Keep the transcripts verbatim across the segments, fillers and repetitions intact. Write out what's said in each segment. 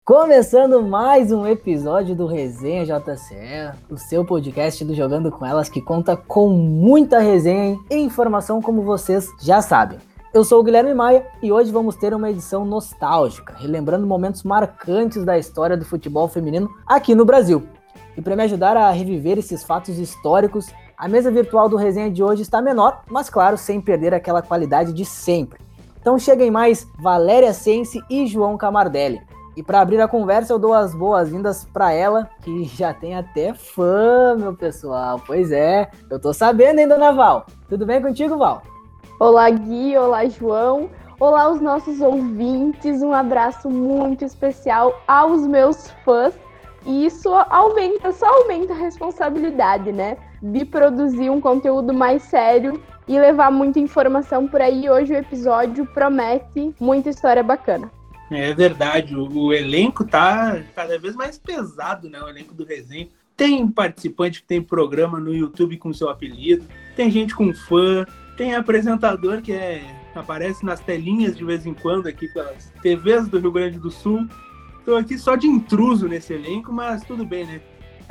Começando mais um episódio do Resenha J C E, o seu podcast do Jogando Com Elas, que conta com muita resenha e informação, como vocês já sabem. Eu sou o Guilherme Maia e hoje vamos ter uma edição nostálgica, relembrando momentos marcantes da história do futebol feminino aqui no Brasil. E para me ajudar a reviver esses fatos históricos, a mesa virtual do Resenha de hoje está menor, mas claro, sem perder aquela qualidade de sempre. Então cheguem mais Valéria Sense e João Camardelli. E para abrir a conversa, eu dou as boas-vindas para ela, que já tem até fã, meu pessoal. Pois é, eu tô sabendo, hein, dona Val? Tudo bem contigo, Val? Olá, Gui. Olá, João. Olá, os nossos ouvintes. Um abraço muito especial aos meus fãs. E isso aumenta, só aumenta a responsabilidade, né? De produzir um conteúdo mais sério e levar muita informação por aí. Hoje o episódio promete muita história bacana. É verdade, o, o elenco tá cada vez mais pesado, né? O elenco do Resenha. Tem participante que tem programa no YouTube com seu apelido, tem gente com fã, tem apresentador que é, aparece nas telinhas de vez em quando aqui pelas T Vs do Rio Grande do Sul. Estou aqui só de intruso nesse elenco, mas tudo bem, né?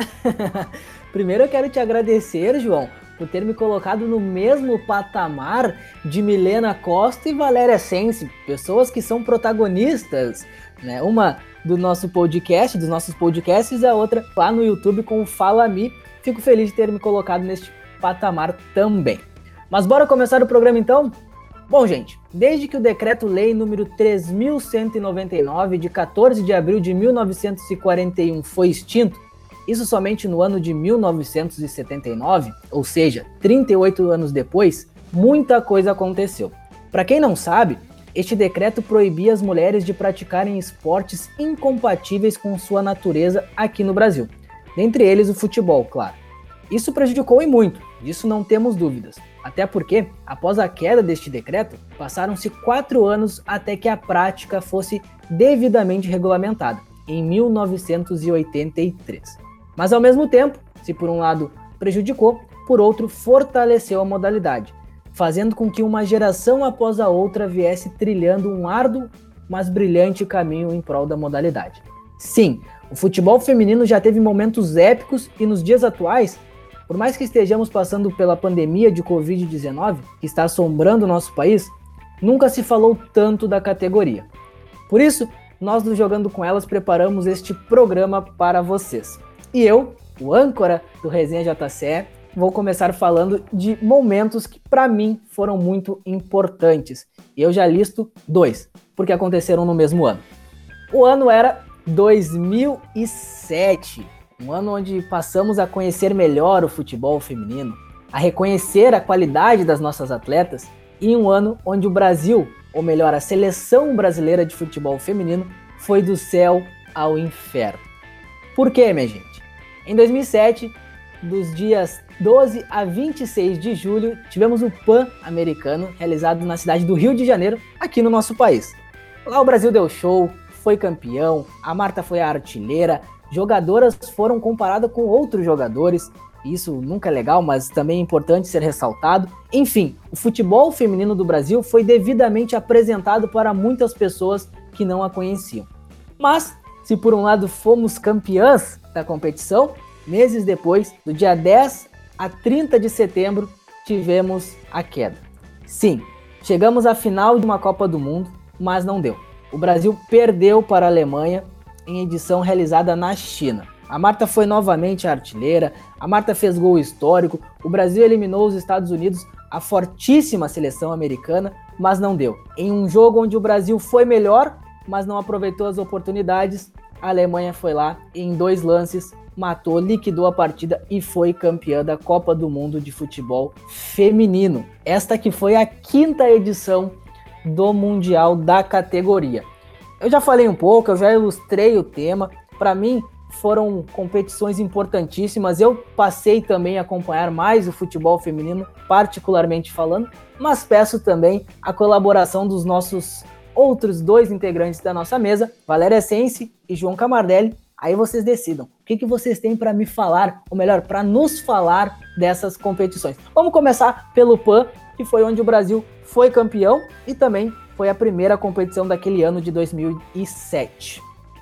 Primeiro eu quero te agradecer, João, por ter me colocado no mesmo patamar de Milena Costa e Valéria Sense, pessoas que são protagonistas, né? Uma do nosso podcast, dos nossos podcasts, e a outra lá no YouTube com o Fala Mi. Fico feliz de ter me colocado neste patamar também. Mas bora começar o programa então? Bom, gente, desde que o Decreto-Lei número três mil cento e noventa e nove, de quatorze de abril de mil novecentos e quarenta e um, foi extinto, isso somente no ano de mil novecentos e setenta e nove, ou seja, trinta e oito anos depois, muita coisa aconteceu. Para quem não sabe, este decreto proibia as mulheres de praticarem esportes incompatíveis com sua natureza aqui no Brasil, dentre eles o futebol, claro. Isso prejudicou e muito, disso não temos dúvidas, até porque, após a queda deste decreto, passaram-se quatro anos até que a prática fosse devidamente regulamentada, em mil novecentos e oitenta e três. Mas ao mesmo tempo, se por um lado prejudicou, por outro fortaleceu a modalidade, fazendo com que uma geração após a outra viesse trilhando um árduo, mas brilhante caminho em prol da modalidade. Sim, o futebol feminino já teve momentos épicos e nos dias atuais, por mais que estejamos passando pela pandemia de covid dezenove, que está assombrando o nosso país, nunca se falou tanto da categoria. Por isso, nós do Jogando Com Elas preparamos este programa para vocês. E eu, o âncora do Resenha J C E, vou começar falando de momentos que para mim foram muito importantes. E eu já listo dois, porque aconteceram no mesmo ano. O ano era dois mil e sete, um ano onde passamos a conhecer melhor o futebol feminino, a reconhecer a qualidade das nossas atletas, e um ano onde o Brasil, ou melhor, a seleção brasileira de futebol feminino, foi do céu ao inferno. Por quê, minha gente? Em dois mil e sete, dos dias doze a vinte e seis de julho, tivemos o Pan-Americano, realizado na cidade do Rio de Janeiro, aqui no nosso país. Lá o Brasil deu show, foi campeão, a Marta foi a artilheira, jogadoras foram comparadas com outros jogadores, isso nunca é legal, mas também é importante ser ressaltado. Enfim, o futebol feminino do Brasil foi devidamente apresentado para muitas pessoas que não a conheciam. Mas, se por um lado fomos campeãs da competição, meses depois, do dia dez a trinta de setembro, tivemos a queda. Sim, chegamos à final de uma Copa do Mundo, mas não deu. O Brasil perdeu para a Alemanha em edição realizada na China. A Marta foi novamente a artilheira, a Marta fez gol histórico, o Brasil eliminou os Estados Unidos, a fortíssima seleção americana, mas não deu. Em um jogo onde o Brasil foi melhor, mas não aproveitou as oportunidades, a Alemanha foi lá e em dois lances matou, liquidou a partida e foi campeã da Copa do Mundo de Futebol Feminino. Esta que foi a quinta edição do Mundial da categoria. Eu já falei um pouco, eu já ilustrei o tema. Para mim, foram competições importantíssimas. Eu passei também a acompanhar mais o futebol feminino, particularmente falando, mas peço também a colaboração dos nossos outros dois integrantes da nossa mesa, Valéria Sense e João Camardelli. Aí vocês decidam o que, que vocês têm para me falar, ou melhor, para nos falar dessas competições. Vamos começar pelo Pan, que foi onde o Brasil foi campeão e também foi a primeira competição daquele ano de dois mil e sete.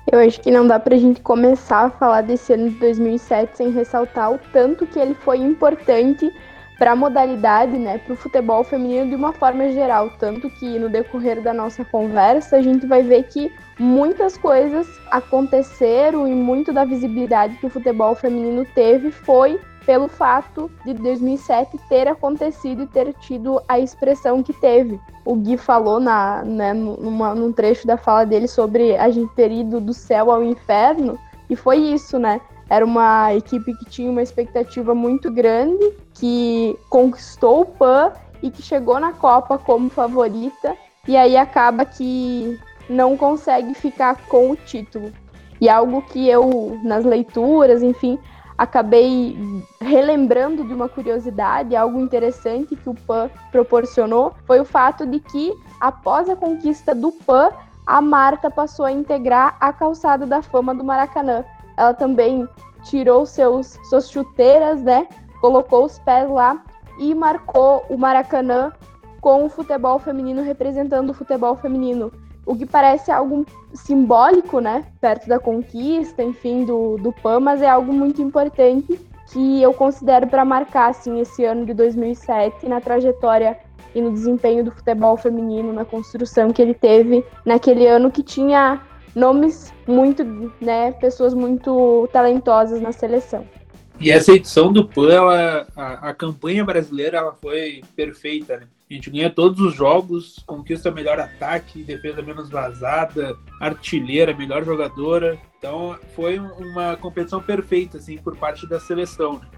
Eu acho que não dá pra gente começar a falar desse ano de dois mil e sete sem ressaltar o tanto que ele foi importante para a modalidade, né, para o futebol feminino de uma forma geral, tanto que no decorrer da nossa conversa a gente vai ver que muitas coisas aconteceram e muito da visibilidade que o futebol feminino teve foi pelo fato de dois mil e sete ter acontecido e ter tido a expressão que teve. O Gui falou na, né, numa, num trecho da fala dele sobre a gente ter ido do céu ao inferno, e foi isso, né? Era uma equipe que tinha uma expectativa muito grande, que conquistou o P A N e que chegou na Copa como favorita, e aí acaba que não consegue ficar com o título. E algo que eu, nas leituras, enfim, acabei relembrando de uma curiosidade, algo interessante que o P A N proporcionou, foi o fato de que, após a conquista do P A N, a Marta passou a integrar a calçada da fama do Maracanã. Ela também tirou seus, suas chuteiras, né? Colocou os pés lá e marcou o Maracanã com o futebol feminino, representando o futebol feminino. O que parece algo simbólico, né? Perto da conquista, enfim, do, do P A N, mas é algo muito importante que eu considero para marcar, assim, esse ano de dois mil e sete na trajetória e no desempenho do futebol feminino, na construção que ele teve naquele ano que tinha nomes muito, né, pessoas muito talentosas na seleção. E essa edição do P A N, ela, a, a campanha brasileira, ela foi perfeita, né? A gente ganha todos os jogos, conquista melhor ataque, defesa menos vazada, artilheira, melhor jogadora. Então foi uma competição perfeita, assim, por parte da seleção, né?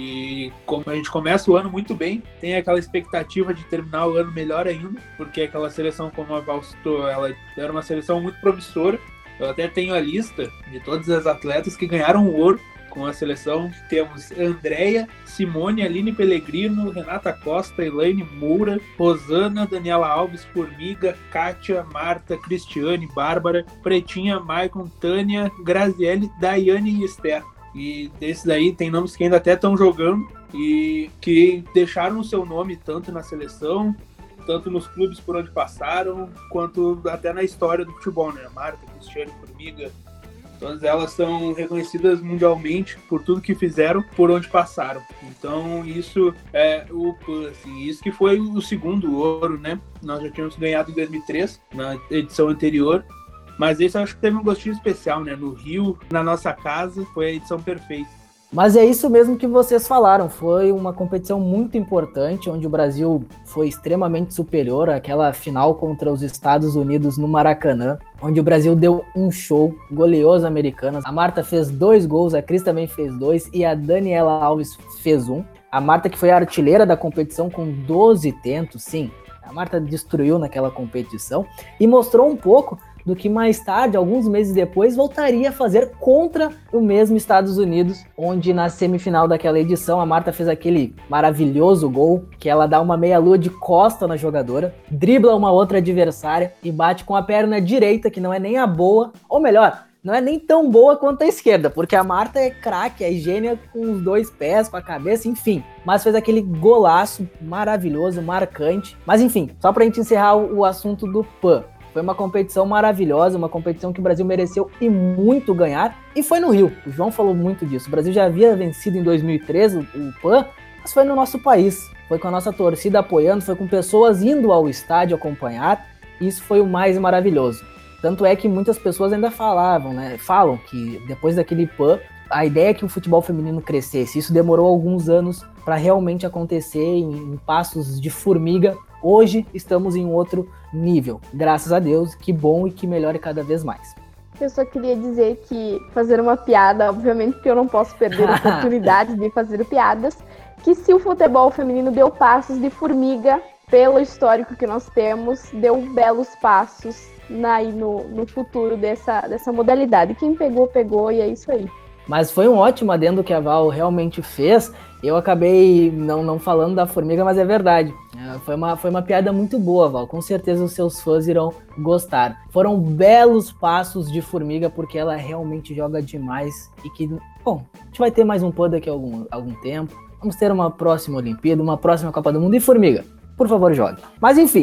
E como a gente começa o ano muito bem, tem aquela expectativa de terminar o ano melhor ainda, porque aquela seleção, como a Val citou, ela era uma seleção muito promissora. Eu até tenho a lista de todas as atletas que ganharam o ouro com a seleção. Temos Andréia, Simone, Aline Pellegrino, Renata Costa, Elaine Moura, Rosana, Daniela Alves, Formiga, Kátia, Marta, Cristiane, Bárbara, Pretinha, Maicon, Tânia, Graziele, Daiane e Esther. E desses aí tem nomes que ainda até estão jogando e que deixaram o seu nome tanto na seleção, tanto nos clubes por onde passaram, quanto até na história do futebol, né? Marta, Cristiane, Formiga, todas elas são reconhecidas mundialmente por tudo que fizeram, por onde passaram. Então isso é o P A N, assim, isso que foi o segundo ouro, né? Nós já tínhamos ganhado em dois mil e três, na edição anterior, mas esse eu acho que teve um gostinho especial, né? No Rio, na nossa casa, foi a edição perfeita. Mas é isso mesmo que vocês falaram, foi uma competição muito importante, onde o Brasil foi extremamente superior àquela final contra os Estados Unidos no Maracanã, onde o Brasil deu um show, goleou as americanas. A Marta fez dois gols, a Cris também fez dois e a Daniela Alves fez um. A Marta, que foi a artilheira da competição com doze tentos, sim, a Marta destruiu naquela competição e mostrou um pouco do que mais tarde, alguns meses depois, voltaria a fazer contra o mesmo Estados Unidos, onde na semifinal daquela edição a Marta fez aquele maravilhoso gol, que ela dá uma meia-lua de costa na jogadora, dribla uma outra adversária e bate com a perna direita, que não é nem a boa, ou melhor, não é nem tão boa quanto a esquerda, porque a Marta é craque, é gênia com os dois pés, com a cabeça, enfim. Mas fez aquele golaço maravilhoso, marcante. Mas enfim, só pra gente encerrar o assunto do P A N. Foi uma competição maravilhosa, uma competição que o Brasil mereceu e muito ganhar. E foi no Rio, o João falou muito disso. O Brasil já havia vencido em dois mil e treze o P A N, mas foi no nosso país. Foi com a nossa torcida apoiando, foi com pessoas indo ao estádio acompanhar. E isso foi o mais maravilhoso. Tanto é que muitas pessoas ainda falavam, né? Falam que depois daquele P A N, a ideia é que o futebol feminino crescesse. Isso demorou alguns anos para realmente acontecer em, em passos de formiga. Hoje estamos em outro nível. Graças a Deus, que bom e que melhore cada vez mais. Eu só queria dizer que, fazer uma piada, obviamente que eu não posso perder a oportunidade de fazer piadas, que se o futebol feminino deu passos de formiga, pelo histórico que nós temos, deu belos passos na, no, no futuro dessa, dessa modalidade. Quem pegou, pegou e é isso aí. Mas foi um ótimo adendo que a Val realmente fez. Eu acabei não, não falando da formiga, mas é verdade. É, foi, uma, foi uma piada muito boa, Val. Com certeza os seus fãs irão gostar. Foram belos passos de formiga, porque ela realmente joga demais. E que, bom, a gente vai ter mais um P A N daqui a algum, algum tempo. Vamos ter uma próxima Olimpíada, uma próxima Copa do Mundo. E formiga, por favor, jogue. Mas enfim,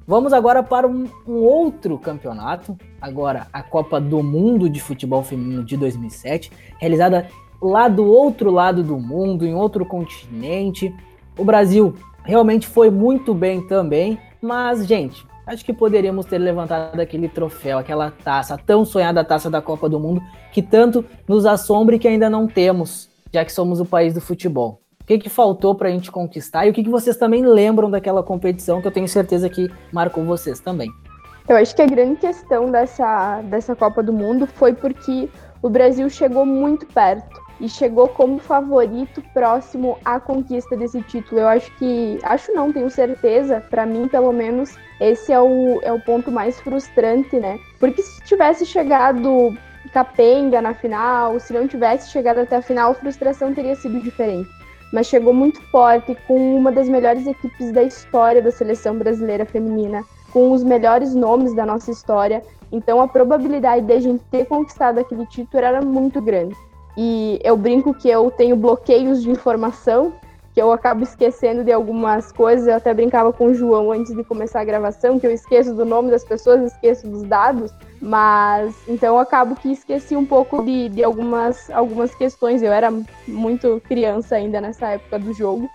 Vamos agora para um, um outro campeonato, agora a Copa do Mundo de Futebol Feminino de dois mil e sete, realizada lá do outro lado do mundo, em outro continente. O Brasil realmente foi muito bem também, mas, gente, acho que poderíamos ter levantado aquele troféu, aquela taça, a tão sonhada taça da Copa do Mundo, que tanto nos assombra e que ainda não temos, já que somos o país do futebol. O que, que faltou para a gente conquistar e o que, que vocês também lembram daquela competição, que eu tenho certeza que marcou vocês também? Eu acho que a grande questão dessa, dessa Copa do Mundo foi porque o Brasil chegou muito perto e chegou como favorito próximo à conquista desse título. Eu acho que, acho não, tenho certeza, para mim pelo menos, esse é o, é o ponto mais frustrante, né? Porque se tivesse chegado capenga na final, se não tivesse chegado até a final, a frustração teria sido diferente. Mas chegou muito forte, com uma das melhores equipes da história da seleção brasileira feminina, com os melhores nomes da nossa história. Então a probabilidade de a gente ter conquistado aquele título era muito grande. E eu brinco que eu tenho bloqueios de informação, que eu acabo esquecendo de algumas coisas. Eu até brincava com o João antes de começar a gravação, que eu esqueço do nome das pessoas, esqueço dos dados, mas então eu acabo que esqueci um pouco de, de algumas, algumas questões. Eu era muito criança ainda nessa época do jogo,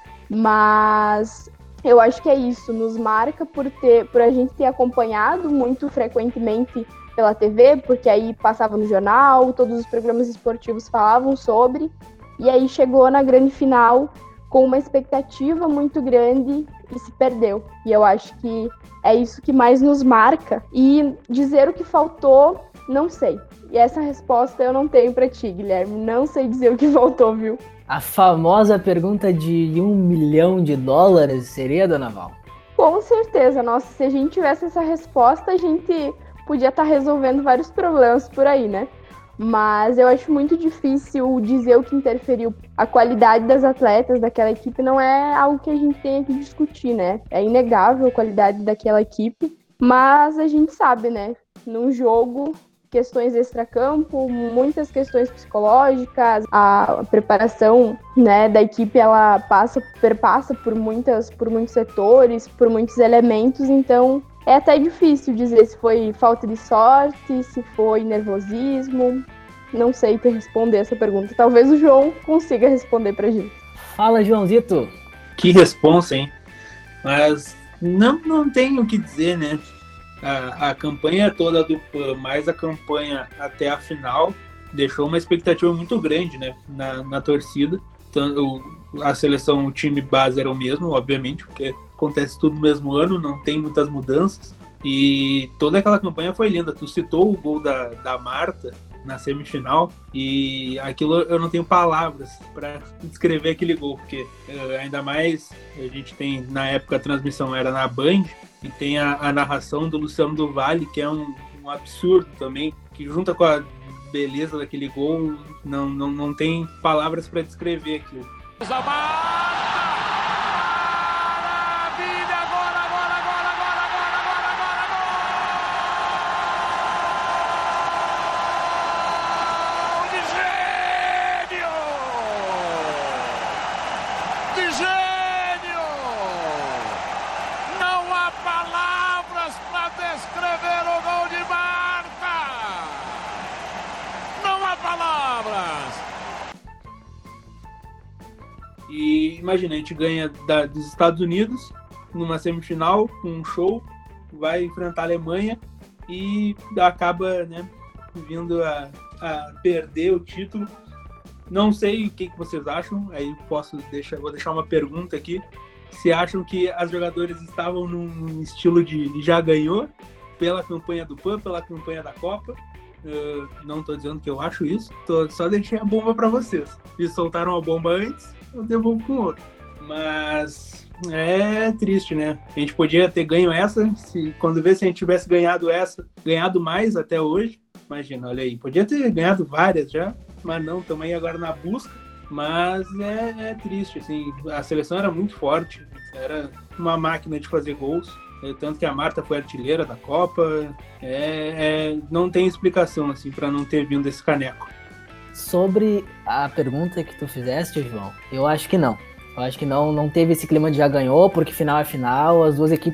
mas eu acho que é isso, nos marca por, ter, por a gente ter acompanhado muito frequentemente pela T V, porque aí passava no jornal, todos os programas esportivos falavam sobre, e aí chegou na grande final com uma expectativa muito grande e se perdeu. E eu acho que é isso que mais nos marca. E dizer o que faltou, não sei. E essa resposta eu não tenho pra ti, Guilherme. Não sei dizer o que faltou, viu? A famosa pergunta de um milhão de dólares seria, dona Val? Com certeza. Nossa, se a gente tivesse essa resposta, a gente podia estar resolvendo vários problemas por aí, né? Mas eu acho muito difícil dizer o que interferiu. A qualidade das atletas daquela equipe não é algo que a gente tenha que discutir, né? É inegável a qualidade daquela equipe, mas a gente sabe, né? Num jogo, questões extracampo, muitas questões psicológicas, a preparação, né, da equipe, ela passa, perpassa por, muitas, por muitos setores, por muitos elementos, então é até difícil dizer se foi falta de sorte, se foi nervosismo. Não sei te responder essa pergunta. Talvez o João consiga responder pra gente. Fala, Joãozito. Que responsa, hein? Mas não, não tem o que dizer, né? A, a campanha toda do P A N, mais a campanha até a final, deixou uma expectativa muito grande, né, na, na torcida. Então, a seleção, o time base era o mesmo, obviamente, porque acontece tudo no mesmo ano, não tem muitas mudanças. E toda aquela campanha foi linda. Tu citou o gol da, da Marta na semifinal, e aquilo eu não tenho palavras para descrever aquele gol, porque uh, ainda mais a gente tem, na época a transmissão era na Band, e tem a, a narração do Luciano do Vale, que é um, um absurdo também, que junta com a beleza daquele gol, não, não, não tem palavras para descrever aquilo. E imagina, a gente ganha da, dos Estados Unidos numa semifinal, com um show, vai enfrentar a Alemanha e acaba, né, vindo a, a perder o título. Não sei o que, que vocês acham, aí posso deixar, vou deixar uma pergunta aqui. Se acham que as jogadoras estavam num estilo de já ganhou pela campanha do P A N, pela campanha da Copa? Uh, não estou dizendo que eu acho isso, tô, só deixei a bomba para vocês. Eles soltaram a bomba antes, eu devolvo com outro. Mas é triste, né? A gente podia ter ganho essa, se, quando vê se a gente tivesse ganhado essa, ganhado mais até hoje. Imagina, olha aí, podia ter ganhado várias já, mas não, estamos aí agora na busca. Mas é, é triste, assim, a seleção era muito forte, era uma máquina de fazer gols. Tanto que a Marta foi artilheira da Copa, é, é, não tem explicação assim para não ter vindo esse caneco. Sobre a pergunta que tu fizeste, João, eu acho que não. Eu acho que não, não teve esse clima de já ganhou, porque final é final, as duas equipes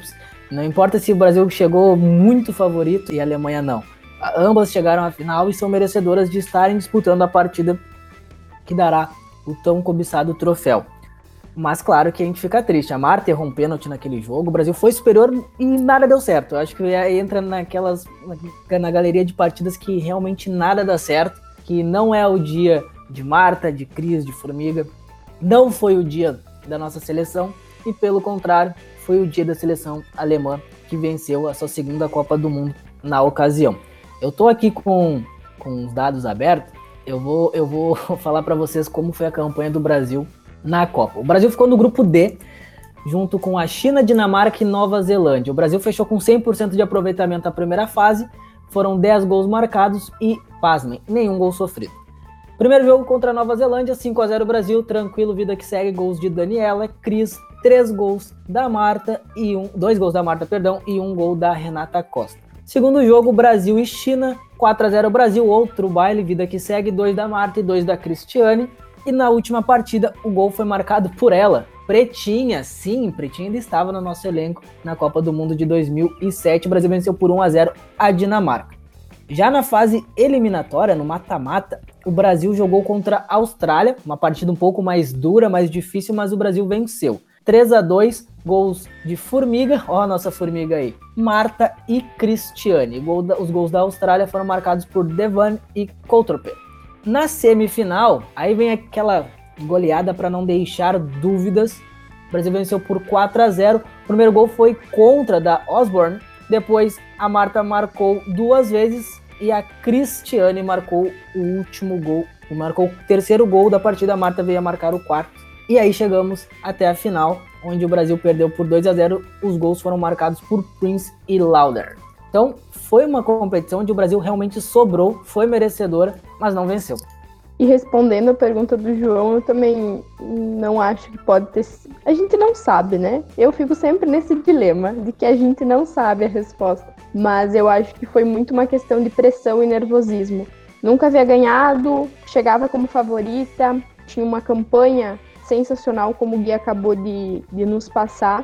Não importa se o Brasil chegou muito favorito e a Alemanha não. Ambas chegaram à final e são merecedoras de estarem disputando a partida que dará o tão cobiçado troféu. Mas claro que a gente fica triste. A Marta errou um pênalti naquele jogo, o Brasil foi superior e nada deu certo. Eu acho que entra naquelas, na galeria de partidas que realmente nada dá certo, que não é o dia de Marta, de Cris, de Formiga. Não foi o dia da nossa seleção e, pelo contrário, foi o dia da seleção alemã que venceu a sua segunda Copa do Mundo na ocasião. Eu tô aqui com, com os dados abertos, eu vou, eu vou falar para vocês como foi a campanha do Brasil na Copa. O Brasil ficou no grupo D, junto com a China, Dinamarca e Nova Zelândia. O Brasil fechou com cem por cento de aproveitamento na primeira fase, foram dez gols marcados e, pasmem, nenhum gol sofrido. Primeiro jogo contra a Nova Zelândia, cinco a zero Brasil, tranquilo, vida que segue, gols de Daniela, Cris, três gols da Marta, e um, dois gols da Marta, perdão, e um gol da Renata Costa. Segundo jogo, Brasil e China, quatro a zero Brasil, outro baile, vida que segue, dois da Marta e dois da Cristiane. E na última partida, o gol foi marcado por ela, Pretinha. Sim, Pretinha ainda estava no nosso elenco na Copa do Mundo de dois mil e sete. O Brasil venceu por um a zero a Dinamarca. Já na fase eliminatória, no mata-mata, o Brasil jogou contra a Austrália, uma partida um pouco mais dura, mais difícil, mas o Brasil venceu. três a dois, gols de Formiga, ó a nossa Formiga aí, Marta e Cristiane. Gol da, os gols da Austrália foram marcados por Devan e Coulthard. Na semifinal, aí vem aquela goleada para não deixar dúvidas. O Brasil venceu por quatro a zero. O primeiro gol foi contra da Osborne. Depois a Marta marcou duas vezes e a Cristiane marcou o último gol. Marcou o terceiro gol da partida. A Marta veio a marcar o quarto. E aí chegamos até a final, onde o Brasil perdeu por dois a zero. Os gols foram marcados por Prince e Lauder. Então, foi uma competição onde o Brasil realmente sobrou, foi merecedora, mas não venceu. E respondendo a pergunta do João, eu também não acho que pode ter... A gente não sabe, né? Eu fico sempre nesse dilema de que a gente não sabe a resposta. Mas eu acho que foi muito uma questão de pressão e nervosismo. Nunca havia ganhado, chegava como favorita, tinha uma campanha sensacional, como o Gui acabou de, de nos passar.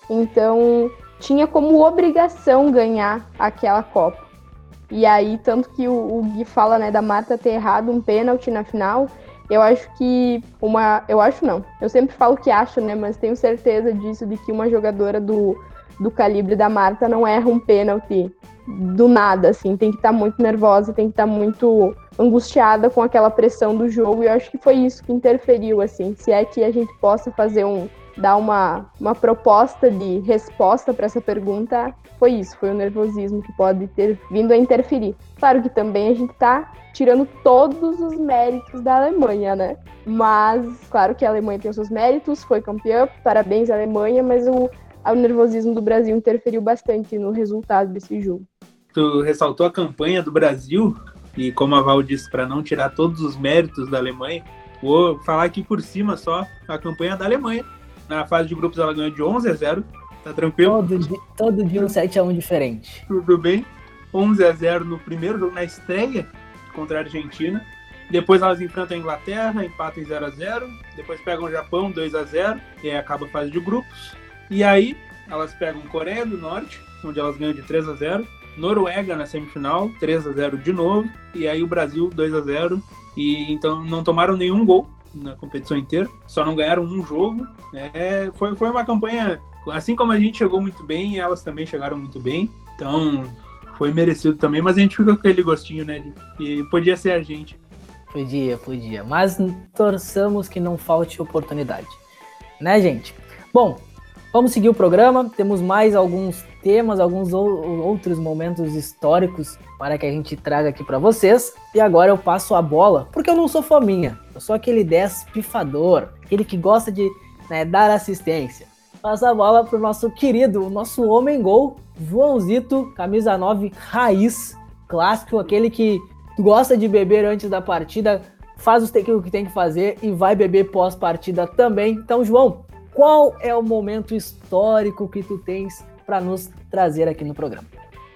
Então, tinha como obrigação ganhar aquela Copa. E aí, tanto que o, o Gui fala, né, da Marta ter errado um pênalti na final, eu acho que uma... Eu acho não, eu sempre falo que acho, né, mas tenho certeza disso, de que uma jogadora do, do calibre da Marta não erra um pênalti do nada, assim, tem que estar muito nervosa, tem que estar muito angustiada com aquela pressão do jogo, e eu acho que foi isso que interferiu, assim, se é que a gente possa fazer um... dar uma, uma proposta de resposta para essa pergunta, foi isso, foi o nervosismo que pode ter vindo a interferir. Claro que também a gente tá tirando todos os méritos da Alemanha, né? Mas, claro que a Alemanha tem os seus méritos, foi campeã, parabéns à Alemanha, mas o, o nervosismo do Brasil interferiu bastante no resultado desse jogo. Tu ressaltou a campanha do Brasil, e como a Val disse, para não tirar todos os méritos da Alemanha, vou falar aqui por cima só a campanha da Alemanha. Na fase de grupos ela ganhou de onze a zero, tá tranquilo? Todo dia, todo dia um sete a um diferente. Tudo bem. onze a zero no primeiro jogo, na estreia contra a Argentina. Depois elas enfrentam a Inglaterra, empatam em zero a zero. Depois pegam o Japão, dois a zero, e aí acaba a fase de grupos. E aí elas pegam Coreia do Norte, onde elas ganham de três a zero. Noruega na semifinal, três a zero de novo. E aí o Brasil, dois a zero. E então não tomaram nenhum gol na competição inteira, só não ganharam um jogo. É, foi, foi uma campanha, assim como a gente chegou muito bem, elas também chegaram muito bem, então foi merecido também, mas a gente fica com aquele gostinho, né, de que podia ser a gente. Podia, podia, mas torçamos que não falte oportunidade, né, gente? Bom, vamos seguir o programa, temos mais alguns temas, alguns ou, outros momentos históricos para que a gente traga aqui para vocês. E agora eu passo a bola, porque eu não sou fominha, eu sou aquele dez pifador, aquele que gosta de, né, dar assistência. Passo a bola para o nosso querido, o nosso homem-gol, Joãozito, camisa nove, raiz, clássico, aquele que gosta de beber antes da partida, faz o que tem que fazer e vai beber pós-partida também. Então, João, qual é o momento histórico que tu tens para nos trazer aqui no programa?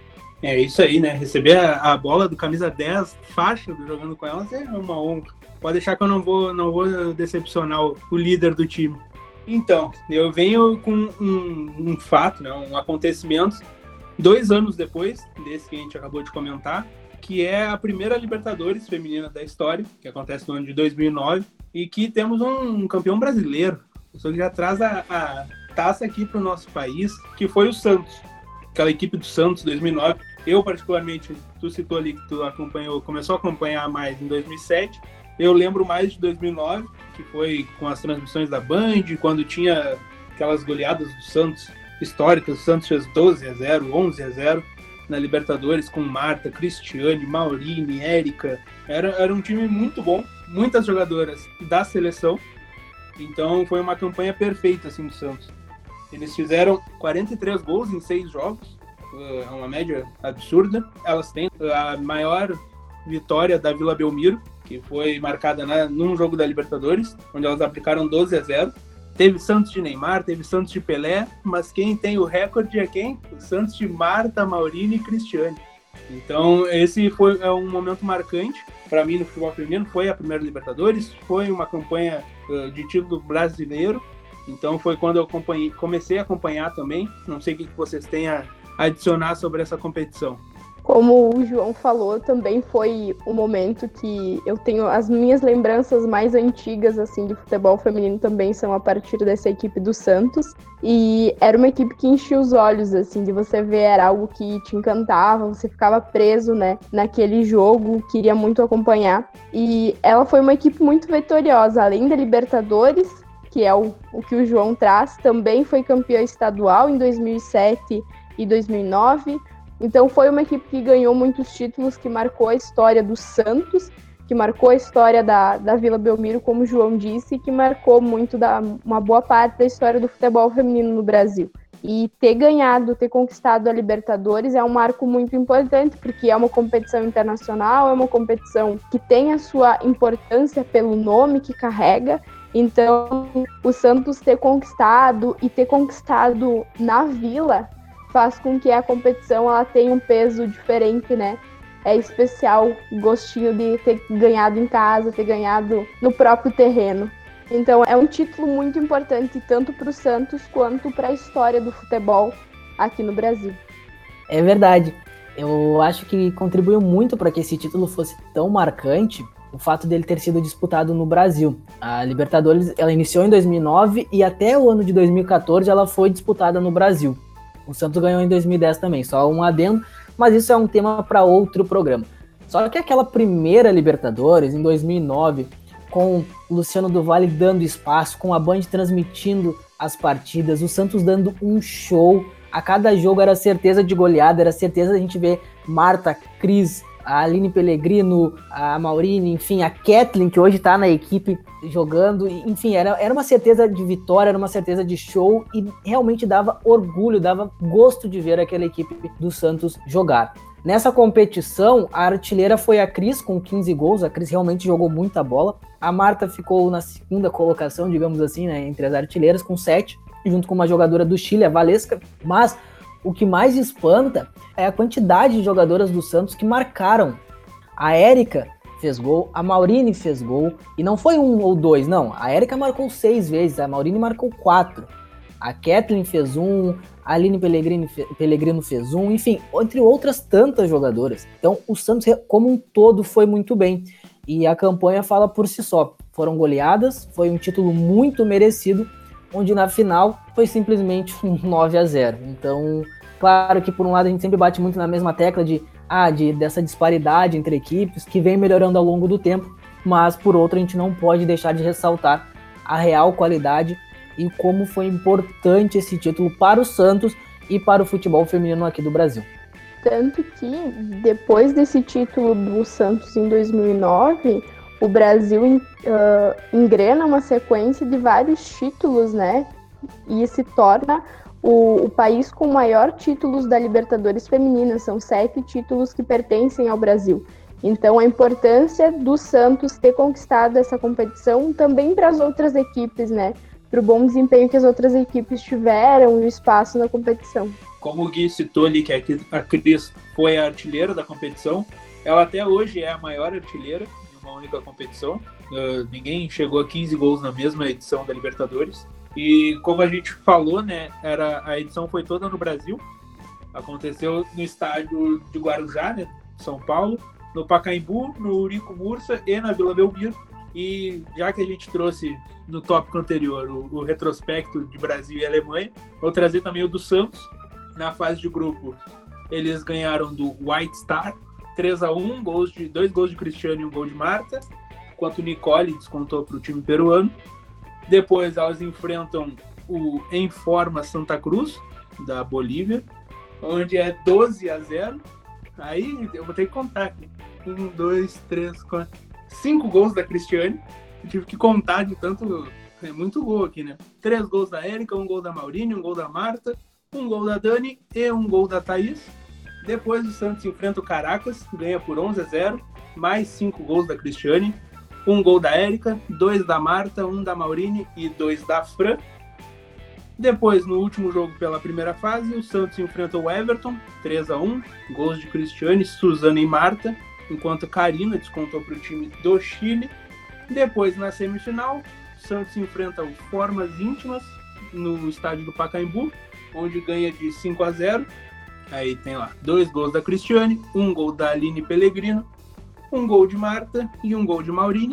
É isso aí, né? Receber a, a bola do camisa dez, faixa, jogando com elas, é uma honra. Pode deixar que eu não vou, não vou decepcionar o, o líder do time. Então, eu venho com um, um fato, né, um acontecimento, dois anos depois desse que a gente acabou de comentar, que é a primeira Libertadores feminina da história, que acontece no ano de dois mil e nove, e que temos um, um campeão brasileiro, pessoa que já traz a, a taça aqui para o nosso país, que foi o Santos. Aquela equipe do Santos, dois mil e nove. Eu, particularmente, tu citou ali que tu acompanhou, começou a acompanhar mais em dois mil e sete. Eu lembro mais de dois mil e nove, que foi com as transmissões da Band, quando tinha aquelas goleadas do Santos históricas. O Santos fez doze a zero, onze a zero na Libertadores, com Marta, Cristiane, Maurine, Érica. Era, era um time muito bom, muitas jogadoras da seleção. Então foi uma campanha perfeita assim, do Santos. Eles fizeram quarenta e três gols em seis jogos, é uma média absurda. Elas têm a maior vitória da Vila Belmiro, que foi marcada na, num jogo da Libertadores, onde elas aplicaram doze a zero. Teve Santos de Neymar, teve Santos de Pelé, mas quem tem o recorde é quem? O Santos de Marta, Maurine e Cristiane. Então esse foi é um momento marcante para mim no futebol feminino. Foi a primeira Libertadores, foi uma campanha uh, de título brasileiro. Então foi quando eu acompanhei, comecei a acompanhar também. Não sei o que vocês têm a adicionar sobre essa competição. Como o João falou, também foi o momento que eu tenho as minhas lembranças mais antigas assim de futebol feminino também são a partir dessa equipe do Santos. E era uma equipe que enchia os olhos, assim, de você ver, era algo que te encantava, você ficava preso, né, naquele jogo, queria muito acompanhar. E ela foi uma equipe muito vitoriosa, além da Libertadores, que é o, o que o João traz, também foi campeã estadual em dois mil e sete e dois mil e nove. Então foi uma equipe que ganhou muitos títulos, que marcou a história do Santos, que marcou a história da, da Vila Belmiro, como o João disse, e que marcou muito da, uma boa parte da história do futebol feminino no Brasil. E ter ganhado, ter conquistado a Libertadores é um marco muito importante, porque é uma competição internacional, é uma competição que tem a sua importância pelo nome que carrega. Então, o Santos ter conquistado e ter conquistado na Vila faz com que a competição ela tenha um peso diferente, né? É especial o gostinho de ter ganhado em casa, ter ganhado no próprio terreno. Então é um título muito importante tanto para o Santos quanto para a história do futebol aqui no Brasil. É verdade. Eu acho que contribuiu muito para que esse título fosse tão marcante o fato dele ter sido disputado no Brasil. A Libertadores ela iniciou em dois mil e nove e até o ano de dois mil e catorze ela foi disputada no Brasil. O Santos ganhou em dois mil e dez também, só um adendo, mas isso é um tema para outro programa. Só que aquela primeira Libertadores, em dois mil e nove, com o Luciano do Vale dando espaço, com a Band transmitindo as partidas, o Santos dando um show, a cada jogo era certeza de goleada, era certeza de a gente ver Marta, Cris, a Aline Pellegrino, a Maurine, enfim, a Kathleen, que hoje tá na equipe jogando, enfim, era, era uma certeza de vitória, era uma certeza de show e realmente dava orgulho, dava gosto de ver aquela equipe do Santos jogar. Nessa competição, a artilheira foi a Cris, com quinze gols, a Cris realmente jogou muita bola, a Marta ficou na segunda colocação, digamos assim, né, entre as artilheiras, com sete, junto com uma jogadora do Chile, a Valesca, mas o que mais espanta é a quantidade de jogadoras do Santos que marcaram. A Érica fez gol, a Maurine fez gol, e não foi um ou dois, não. A Érica marcou seis vezes, a Maurine marcou quatro. A Kathleen fez um, a Aline Pellegrino, Pellegrino fez um, enfim, entre outras tantas jogadoras. Então o Santos como um todo foi muito bem. E a campanha fala por si só. Foram goleadas, foi um título muito merecido, onde na final foi simplesmente um nove a zero. Então, claro que por um lado a gente sempre bate muito na mesma tecla de, ah, de dessa disparidade entre equipes, que vem melhorando ao longo do tempo, mas por outro a gente não pode deixar de ressaltar a real qualidade e como foi importante esse título para o Santos e para o futebol feminino aqui do Brasil. Tanto que, depois desse título do Santos em dois mil e nove, o Brasil uh, engrena uma sequência de vários títulos, né? E se torna o, o país com maior títulos da Libertadores feminina. São sete títulos que pertencem ao Brasil. Então, a importância do Santos ter conquistado essa competição também para as outras equipes, né? Para o bom desempenho que as outras equipes tiveram e o espaço na competição. Como o Gui citou ali que a Cris foi a artilheira da competição, ela até hoje é a maior artilheira de uma única competição. Uh, ninguém chegou a quinze gols na mesma edição da Libertadores. E como a gente falou, né, era, a edição foi toda no Brasil. Aconteceu no estádio de Guarujá, né, São Paulo, no Pacaembu, no Eurico Mursa e na Vila Belmiro. E já que a gente trouxe no tópico anterior o, o retrospecto de Brasil e Alemanha, vou trazer também o do Santos. Na fase de grupo, eles ganharam do White Star três a um, gols de, dois gols de Cristiano e um gol de Marta, enquanto o Nicole descontou para o time peruano. Depois elas enfrentam o Enforma Santa Cruz, da Bolívia, onde é doze a zero. Aí eu vou ter que contar aqui. Um, dois, três, quatro, cinco gols da Cristiane. Eu tive que contar de tanto. É muito gol aqui, né? Três gols da Érica, um gol da Maurine, um gol da Marta, um gol da Dani e um gol da Thaís. Depois o Santos enfrenta o Caracas, ganha por onze a zero, mais cinco gols da Cristiane, um gol da Érica, dois da Marta, um da Maurine e dois da Fran. Depois, no último jogo pela primeira fase, o Santos enfrenta o Everton, três a um, gols de Cristiane, Suzana e Marta, enquanto Karina descontou para o time do Chile. Depois, na semifinal, o Santos enfrenta o Formas Íntimas no estádio do Pacaembu, onde ganha de cinco a zero. Aí tem lá dois gols da Cristiane, um gol da Aline Pellegrino, um gol de Marta e um gol de Maurine.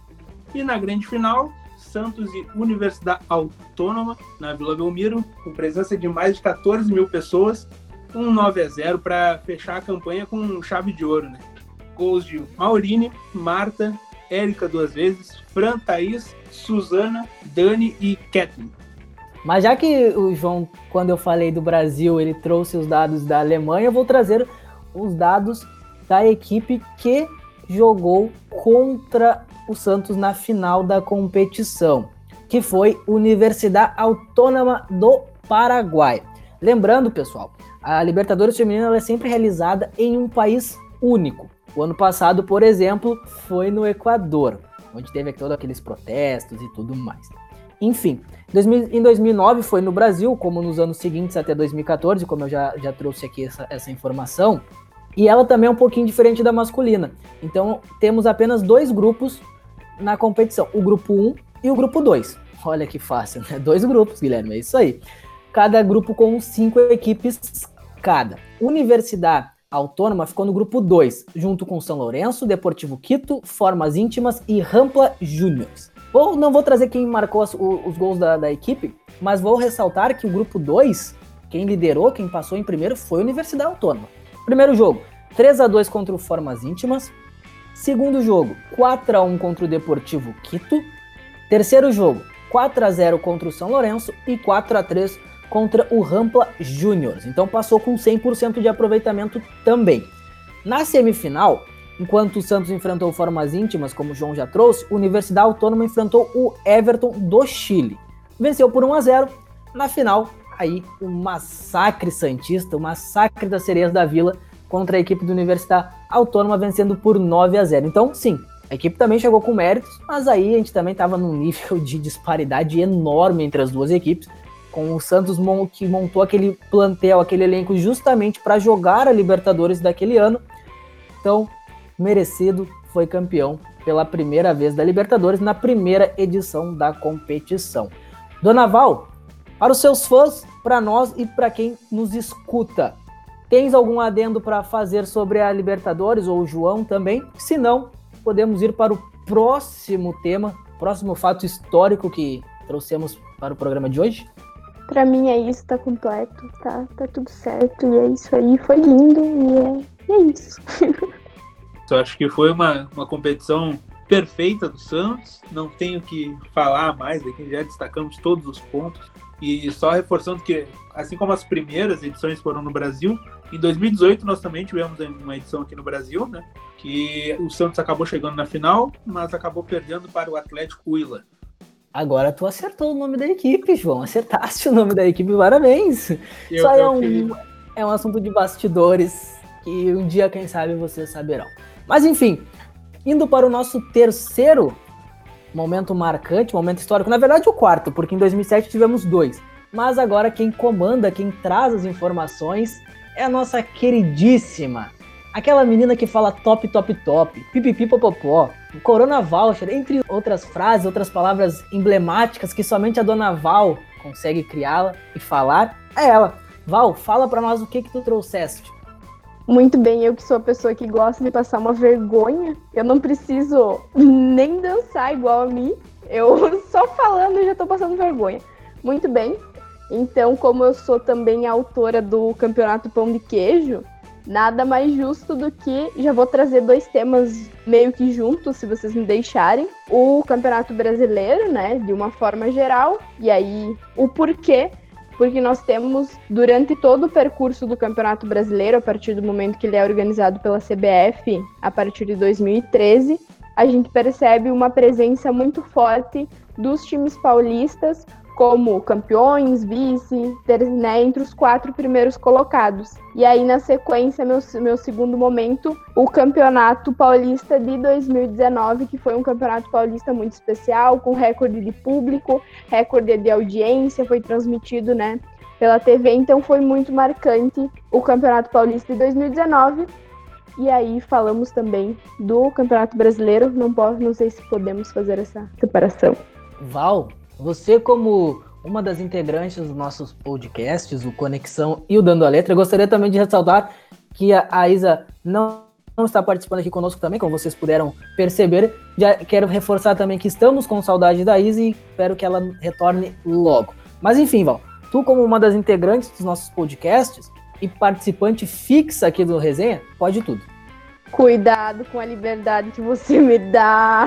E na grande final, Santos e Universidade Autônoma, na Vila Belmiro, com presença de mais de quatorze mil pessoas, um nove a zero para fechar a campanha com chave de ouro, né? Gols de Maurine, Marta, Érica duas vezes, Fran, Thaís, Suzana, Dani e Kathleen. Mas já que o João, quando eu falei do Brasil, ele trouxe os dados da Alemanha, eu vou trazer os dados da equipe que jogou contra o Santos na final da competição, que foi Universidade Autônoma do Paraguai. Lembrando, pessoal, a Libertadores Feminina ela é sempre realizada em um país único. O ano passado, por exemplo, foi no Equador, onde teve todos aqueles protestos e tudo mais. Enfim, em dois mil e nove foi no Brasil, como nos anos seguintes até dois mil e catorze, como eu já, já trouxe aqui essa, essa informação, e ela também é um pouquinho diferente da masculina. Então, temos apenas dois grupos na competição, o grupo um e o grupo dois. Olha que fácil, né? Dois grupos, Guilherme, é isso aí. Cada grupo com cinco equipes cada. Universidade Autônoma ficou no grupo dois, junto com São Lourenço, Deportivo Quito, Formas Íntimas e Rampla Juniors. Vou, não vou trazer quem marcou as, os, os gols da, da equipe, mas vou ressaltar que o grupo dois, quem liderou, quem passou em primeiro, foi a Universidade Autônoma. Primeiro jogo, três a dois contra o Formas Íntimas. Segundo jogo, quatro a um contra o Deportivo Quito. Terceiro jogo, quatro a zero contra o São Lourenço e quatro a três contra o Rampla Juniors. Então passou com cem por cento de aproveitamento também. Na semifinal, enquanto o Santos enfrentou o Formas Íntimas, como o João já trouxe, a Universidade Autônoma enfrentou o Everton do Chile. Venceu por um a zero. Na final, aí o massacre santista, o massacre das Sereias da Vila contra a equipe da Universidade Autônoma, vencendo por nove a zero. Então, sim, a equipe também chegou com méritos, mas aí a gente também estava num nível de disparidade enorme entre as duas equipes, com o Santos que montou aquele plantel, aquele elenco justamente para jogar a Libertadores daquele ano. Então, merecido, foi campeão pela primeira vez da Libertadores na primeira edição da competição. Dona Val, para os seus fãs, para nós e para quem nos escuta, tens algum adendo para fazer sobre a Libertadores, ou o João também? Se não, podemos ir para o próximo tema, próximo fato histórico que trouxemos para o programa de hoje. Pra mim é isso, tá completo, tá, tá tudo certo, e é isso aí, foi lindo, e é, e é isso. Eu acho que foi uma, uma competição perfeita do Santos, não tenho que falar mais aqui, já destacamos todos os pontos, e só reforçando que, assim como as primeiras edições foram no Brasil, em dois mil e dezoito nós também tivemos uma edição aqui no Brasil, né, que o Santos acabou chegando na final, mas acabou perdendo para o Atlético Huila. Agora tu acertou o nome da equipe, João. Acertaste o nome da equipe, parabéns. Eu, Isso aí é eu um, é um assunto de bastidores que um dia, quem sabe, vocês saberão. Mas enfim, indo para o nosso terceiro momento marcante, momento histórico, na verdade o quarto, porque em dois mil e sete tivemos dois. Mas agora quem comanda, quem traz as informações é a nossa queridíssima aquela menina que fala top, top, top, pipipi, popopó, Corona Voucher, entre outras frases, outras palavras emblemáticas que somente a dona Val consegue criá-la e falar, é ela. Val, fala pra nós o que que tu trouxeste. Muito bem, eu que sou a pessoa que gosta de passar uma vergonha, eu não preciso nem dançar igual a mim, eu só falando já tô passando vergonha. Muito bem, então como eu sou também autora do Campeonato Pão de Queijo, nada mais justo do que, já vou trazer dois temas meio que juntos, se vocês me deixarem, o Campeonato Brasileiro, né, de uma forma geral, e aí o porquê. Porque nós temos, durante todo o percurso do Campeonato Brasileiro, a partir do momento que ele é organizado pela C B F, a partir de dois mil e treze, a gente percebe uma presença muito forte dos times paulistas, como campeões, vice, ter, né, entre os quatro primeiros colocados. E aí, na sequência, meu, meu segundo momento, o Campeonato Paulista de dois mil e dezenove, que foi um Campeonato Paulista muito especial, com recorde de público, recorde de audiência, foi transmitido, né, pela T V, então foi muito marcante o Campeonato Paulista de dois mil e dezenove. E aí falamos também do Campeonato Brasileiro, não, posso, não sei se podemos fazer essa separação. Val, você como uma das integrantes dos nossos podcasts, o Conexão e o Dando a Letra, eu gostaria também de ressaltar que a, a Isa não, não está participando aqui conosco também, como vocês puderam perceber. Já quero reforçar também que estamos com saudade da Isa e espero que ela retorne logo. Mas enfim, Val, tu como uma das integrantes dos nossos podcasts e participante fixa aqui do Resenha, pode tudo. Cuidado com a liberdade que você me dá.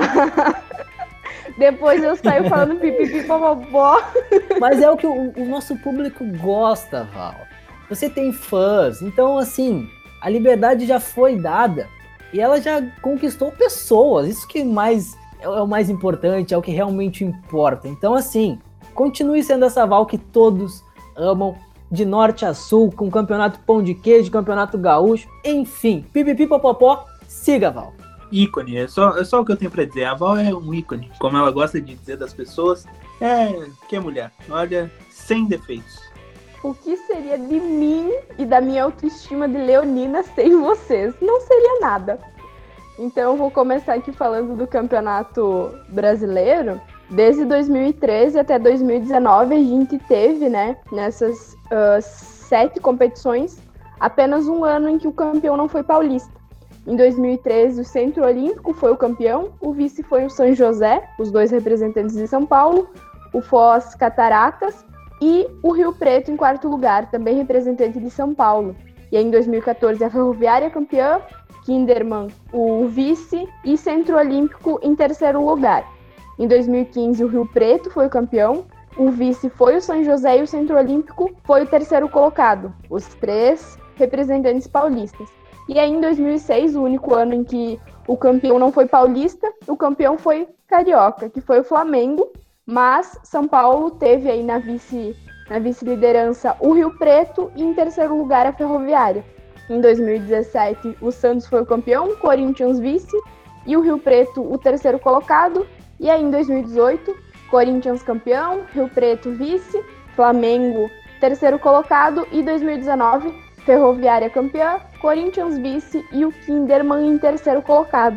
Depois eu saio falando pipipi, popopó. Mas é o que o, o nosso público gosta, Val. Você tem fãs, então assim, a liberdade já foi dada e ela já conquistou pessoas. Isso que mais é, é o mais importante, é o que realmente importa. Então assim, continue sendo essa Val que todos amam, de norte a sul, com campeonato pão de queijo, campeonato gaúcho, enfim, pipipi, popopó, siga, Val. Ícone, é só, é só o que eu tenho pra dizer. A Val é um ícone, como ela gosta de dizer das pessoas. É, que é mulher, olha, sem defeitos. O que seria de mim e da minha autoestima de leonina sem vocês? Não seria nada. Então eu vou começar aqui falando do Campeonato Brasileiro. Desde dois mil e treze até dois mil e dezenove a gente teve, né, nessas uh, sete competições, apenas um ano em que o campeão não foi paulista. Em dois mil e treze, o Centro Olímpico foi o campeão, o vice foi o São José, os dois representantes de São Paulo, o Foz Cataratas e o Rio Preto em quarto lugar, também representante de São Paulo. E aí, em dois mil e catorze, a Ferroviária campeã, Kinderman o vice e Centro Olímpico em terceiro lugar. Em dois mil e quinze, o Rio Preto foi o campeão, o vice foi o São José e o Centro Olímpico foi o terceiro colocado, os três representantes paulistas. E aí, em dois mil e seis, o único ano em que o campeão não foi paulista, o campeão foi carioca, que foi o Flamengo, mas São Paulo teve aí na, vice, na vice-liderança o Rio Preto e em terceiro lugar a Ferroviária. Em dois mil e dezessete, o Santos foi o campeão, o Corinthians vice e o Rio Preto o terceiro colocado. E aí, em dois mil e dezoito, Corinthians campeão, Rio Preto vice, Flamengo terceiro colocado e dois mil e dezenove, Ferroviária campeã, Corinthians vice e o Kinderman em terceiro colocado.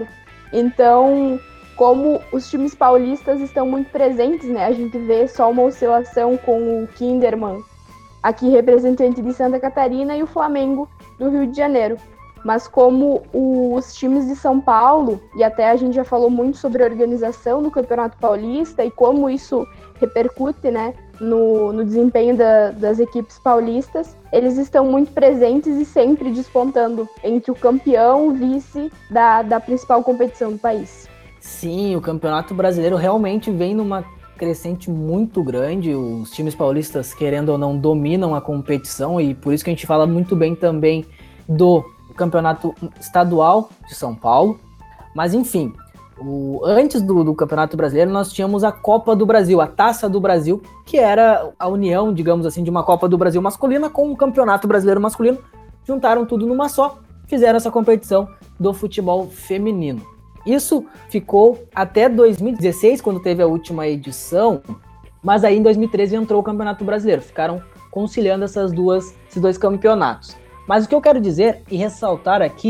Então, como os times paulistas estão muito presentes, né? A gente vê só uma oscilação com o Kinderman, aqui representante de Santa Catarina, e o Flamengo do Rio de Janeiro. Mas como os times de São Paulo, e até a gente já falou muito sobre a organização do Campeonato Paulista e como isso repercute, né, no, no desempenho da, das equipes paulistas, eles estão muito presentes e sempre despontando entre o campeão e o vice da, da principal competição do país. Sim, o Campeonato Brasileiro realmente vem numa crescente muito grande. Os times paulistas, querendo ou não, dominam a competição e por isso que a gente fala muito bem também do Campeonato Estadual de São Paulo. Mas enfim, o, antes do, do Campeonato Brasileiro nós tínhamos a Copa do Brasil, a Taça do Brasil, que era a união, digamos assim, de uma Copa do Brasil masculina com o Campeonato Brasileiro masculino. Juntaram tudo numa só, fizeram essa competição do futebol feminino. Isso ficou até dois mil e dezesseis, quando teve a última edição, mas aí em dois mil e treze entrou o Campeonato Brasileiro. Ficaram conciliando essas duas, esses dois campeonatos. Mas o que eu quero dizer e ressaltar aqui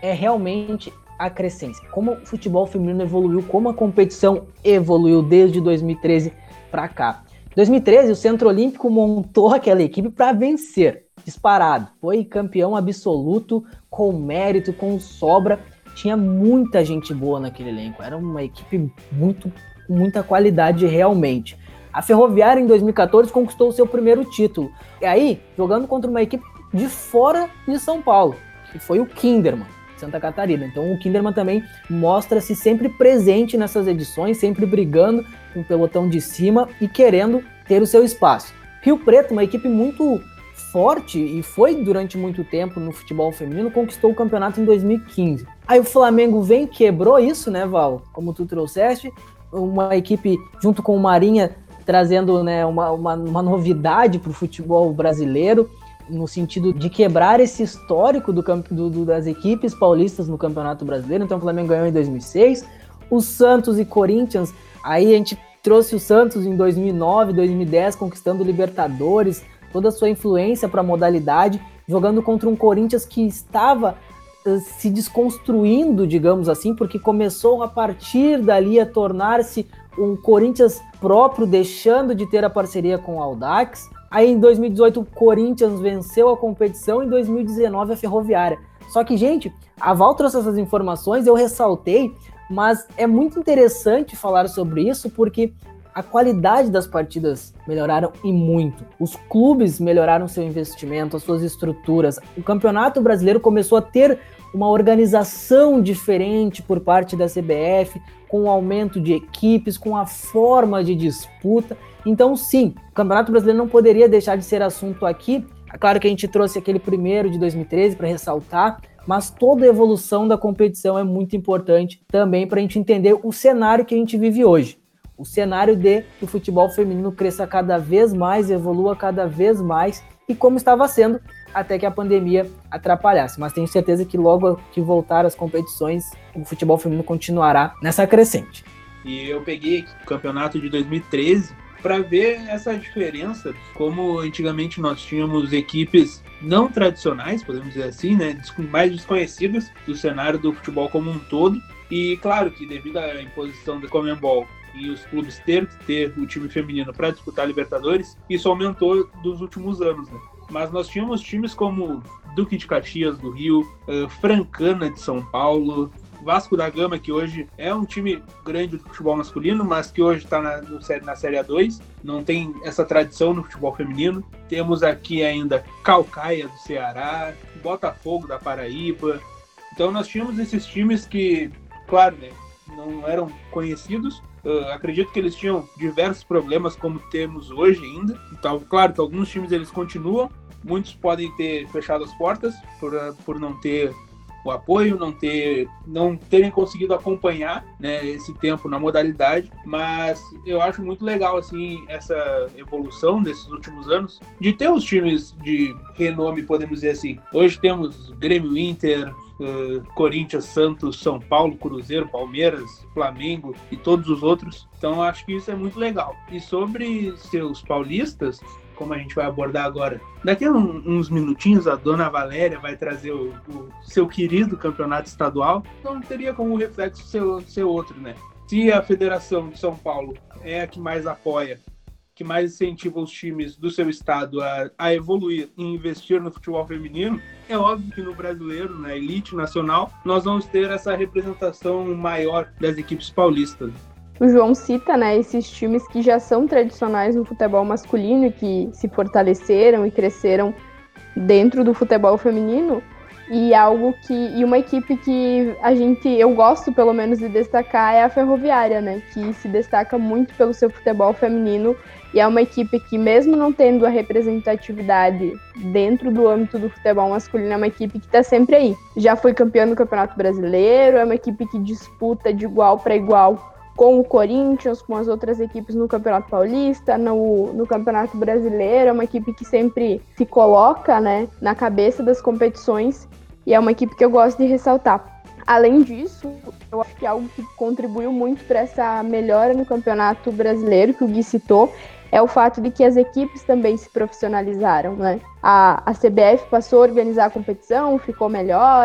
é realmente a crescência. Como o futebol feminino evoluiu, como a competição evoluiu desde dois mil e treze para cá. Em dois mil e treze, o Centro Olímpico montou aquela equipe para vencer, disparado. Foi campeão absoluto, com mérito, com sobra. Tinha muita gente boa naquele elenco. Era uma equipe muito, com muita qualidade realmente. A Ferroviária, em dois mil e catorze, conquistou o seu primeiro título. E aí, jogando contra uma equipe de fora de São Paulo, que foi o Kinderman, Santa Catarina. Então o Kinderman também mostra-se sempre presente nessas edições, sempre brigando com o pelotão de cima e querendo ter o seu espaço. Rio Preto, uma equipe muito forte e foi durante muito tempo no futebol feminino, conquistou o campeonato em dois mil e quinze. Aí o Flamengo vem, quebrou isso, né, Val? Como tu trouxeste, uma equipe junto com o Marinha trazendo, né, uma, uma, uma novidade para o futebol brasileiro, no sentido de quebrar esse histórico do, do, do, das equipes paulistas no Campeonato Brasileiro. Então o Flamengo ganhou em dois mil e seis, o Santos e Corinthians, aí a gente trouxe o Santos em dois mil e nove, dois mil e dez, conquistando o Libertadores, toda a sua influência para a modalidade, jogando contra um Corinthians que estava uh, se desconstruindo, digamos assim, porque começou a partir dali a tornar-se um Corinthians próprio, deixando de ter a parceria com o Audax. Aí em dois mil e dezoito o Corinthians venceu a competição, em dois mil e dezenove a Ferroviária. Só que, gente, a Val trouxe essas informações, eu ressaltei, mas é muito interessante falar sobre isso porque a qualidade das partidas melhoraram e muito. Os clubes melhoraram seu investimento, as suas estruturas. O Campeonato Brasileiro começou a ter uma organização diferente por parte da C B F, com o aumento de equipes, com a forma de disputa. Então, sim, o Campeonato Brasileiro não poderia deixar de ser assunto aqui. É claro que a gente trouxe aquele primeiro de dois mil e treze para ressaltar, mas toda a evolução da competição é muito importante também para a gente entender o cenário que a gente vive hoje. O cenário de que o futebol feminino cresça cada vez mais, evolua cada vez mais, e como estava sendo até que a pandemia atrapalhasse. Mas tenho certeza que logo que voltar às competições, o futebol feminino continuará nessa crescente. E eu peguei o campeonato de dois mil e treze para ver essa diferença, como antigamente nós tínhamos equipes não tradicionais, podemos dizer assim, né, mais desconhecidas do cenário do futebol como um todo. E claro que devido à imposição da Conmebol e os clubes ter que ter o time feminino para disputar a Libertadores, isso aumentou dos últimos anos, né? Mas nós tínhamos times como Duque de Caxias do Rio, uh, Francana de São Paulo, Vasco da Gama, que hoje é um time grande do futebol masculino, mas que hoje está na, na Série A dois, não tem essa tradição no futebol feminino. Temos aqui ainda Caucaia do Ceará, Botafogo da Paraíba. Então nós tínhamos esses times que, claro, né, não eram conhecidos. Uh, acredito que eles tinham diversos problemas como temos hoje ainda. Então, claro que alguns times eles continuam, muitos podem ter fechado as portas por, uh, por não ter o apoio, não, ter, não terem conseguido acompanhar, né, esse tempo na modalidade, mas eu acho muito legal assim, essa evolução desses últimos anos, de ter os times de renome, podemos dizer assim. Hoje temos Grêmio, Inter, uh, Corinthians, Santos, São Paulo, Cruzeiro, Palmeiras, Flamengo e todos os outros, então eu acho que isso é muito legal. E sobre seus paulistas, como a gente vai abordar agora, daqui a um, uns minutinhos a dona Valéria vai trazer o, o seu querido campeonato estadual, não teria como o reflexo ser, ser outro, né? Se a Federação de São Paulo é a que mais apoia, que mais incentiva os times do seu estado a, a evoluir e investir no futebol feminino, é óbvio que no brasileiro, na elite nacional, nós vamos ter essa representação maior das equipes paulistas. O João cita, né, esses times que já são tradicionais no futebol masculino e que se fortaleceram e cresceram dentro do futebol feminino, e algo que e uma equipe que a gente eu gosto pelo menos de destacar é a Ferroviária, né, que se destaca muito pelo seu futebol feminino, e é uma equipe que, mesmo não tendo a representatividade dentro do âmbito do futebol masculino, é uma equipe que está sempre aí. Já foi campeã do Campeonato Brasileiro, é uma equipe que disputa de igual para igual com o Corinthians, com as outras equipes no Campeonato Paulista, no, no Campeonato Brasileiro. É uma equipe que sempre se coloca, né, na cabeça das competições, e é uma equipe que eu gosto de ressaltar. Além disso, eu acho que algo que contribuiu muito para essa melhora no Campeonato Brasileiro, que o Gui citou, é o fato de que as equipes também se profissionalizaram, né? A, a C B F passou a organizar a competição, ficou melhor.